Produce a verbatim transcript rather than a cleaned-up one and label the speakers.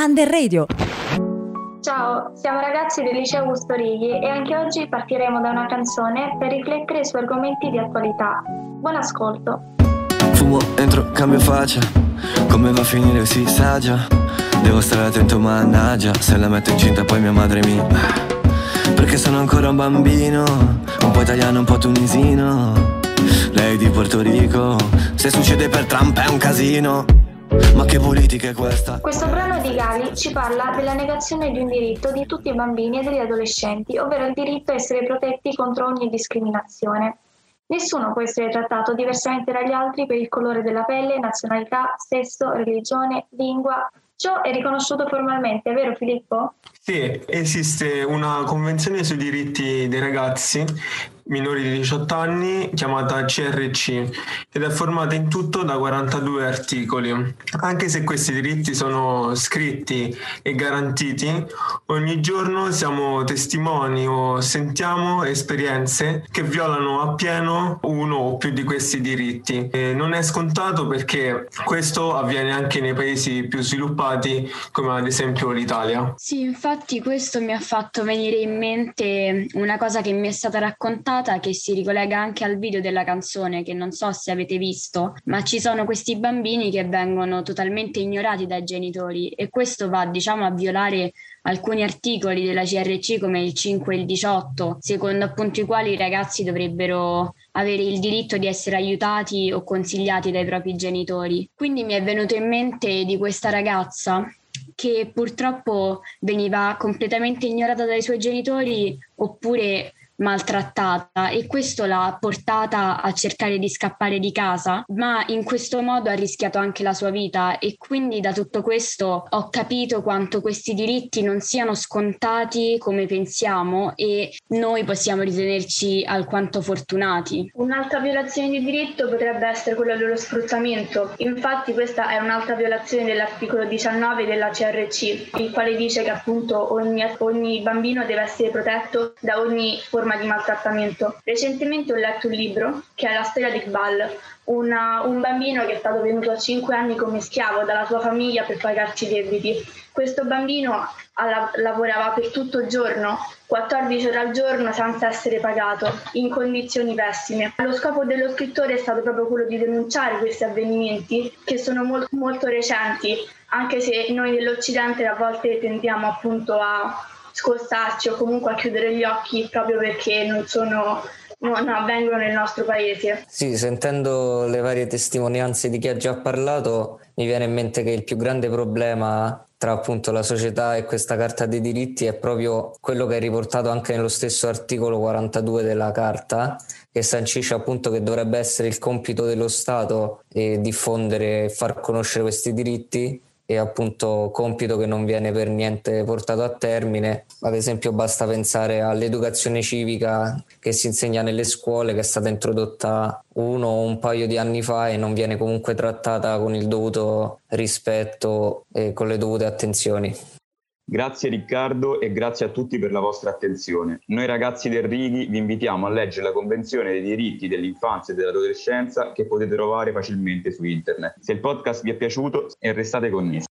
Speaker 1: Under Radio.
Speaker 2: Ciao, siamo ragazzi del liceo Augusto Righi e anche oggi partiremo da una canzone per riflettere su argomenti di attualità. Buon ascolto.
Speaker 3: Fumo, entro, cambio faccia, come va a finire si sa già. Devo stare attento, mannaggia, se la metto incinta poi mia madre mi... Perché sono ancora un bambino, un po' italiano, un po' tunisino. Lei di Porto Rico, se succede per Trump è un casino. Ma che politica è questa?
Speaker 2: Questo brano di Gali ci parla della negazione di un diritto di tutti i bambini e degli adolescenti, ovvero il diritto a essere protetti contro ogni discriminazione. Nessuno può essere trattato diversamente dagli altri per il colore della pelle, nazionalità, sesso, religione, lingua. Ciò è riconosciuto formalmente, è vero Filippo?
Speaker 4: Sì, esiste una convenzione sui diritti dei ragazzi minori di diciotto anni chiamata C R C ed è formata in tutto da quarantadue articoli. Anche se questi diritti sono scritti e garantiti, ogni giorno siamo testimoni o sentiamo esperienze che violano appieno uno o più di questi diritti. E non è scontato perché questo avviene anche nei paesi più sviluppati come ad esempio l'Italia.
Speaker 5: Sì, infatti questo mi ha fatto venire in mente una cosa che mi è stata raccontata, che si ricollega anche al video della canzone, che non so se avete visto, ma ci sono questi bambini che vengono totalmente ignorati dai genitori e questo va, diciamo, a violare alcuni articoli della C R C come il cinque e il diciotto, secondo appunto i quali i ragazzi dovrebbero avere il diritto di essere aiutati o consigliati dai propri genitori. Quindi mi è venuto in mente di questa ragazza che purtroppo veniva completamente ignorata dai suoi genitori oppure maltrattata e questo l'ha portata a cercare di scappare di casa, ma in questo modo ha rischiato anche la sua vita e quindi da tutto questo ho capito quanto questi diritti non siano scontati come pensiamo e noi possiamo ritenerci alquanto fortunati.
Speaker 6: Un'altra violazione di diritto potrebbe essere quella dello sfruttamento. Infatti questa è un'altra violazione dell'articolo diciannove della C R C, il quale dice che appunto ogni, ogni bambino deve essere protetto da ogni forma di maltrattamento. Recentemente ho letto un libro che è la storia di Iqbal, una, un bambino che è stato venuto a cinque anni come schiavo dalla sua famiglia per pagarci i debiti. Questo bambino alla, lavorava per tutto il giorno, quattordici ore al giorno senza essere pagato, in condizioni pessime. Lo scopo dello scrittore è stato proprio quello di denunciare questi avvenimenti che sono molto, molto recenti, anche se noi nell'Occidente a volte tendiamo appunto a scostarci o comunque a chiudere gli occhi proprio perché non sono non avvengono nel nostro paese.
Speaker 7: Sì, sentendo le varie testimonianze di chi ha già parlato mi viene in mente che il più grande problema tra appunto la società e questa Carta dei diritti è proprio quello che è riportato anche nello stesso articolo quarantadue della Carta, che sancisce appunto che dovrebbe essere il compito dello Stato e diffondere e far conoscere questi diritti, e appunto compito che non viene per niente portato a termine. Ad esempio basta pensare all'educazione civica che si insegna nelle scuole, che è stata introdotta uno o un paio di anni fa e non viene comunque trattata con il dovuto rispetto e con le dovute attenzioni.
Speaker 8: Grazie Riccardo e grazie a tutti per la vostra attenzione. Noi ragazzi del Righi vi invitiamo a leggere la Convenzione dei diritti dell'infanzia e dell'adolescenza che potete trovare facilmente su internet. Se il podcast vi è piaciuto, restate connessi.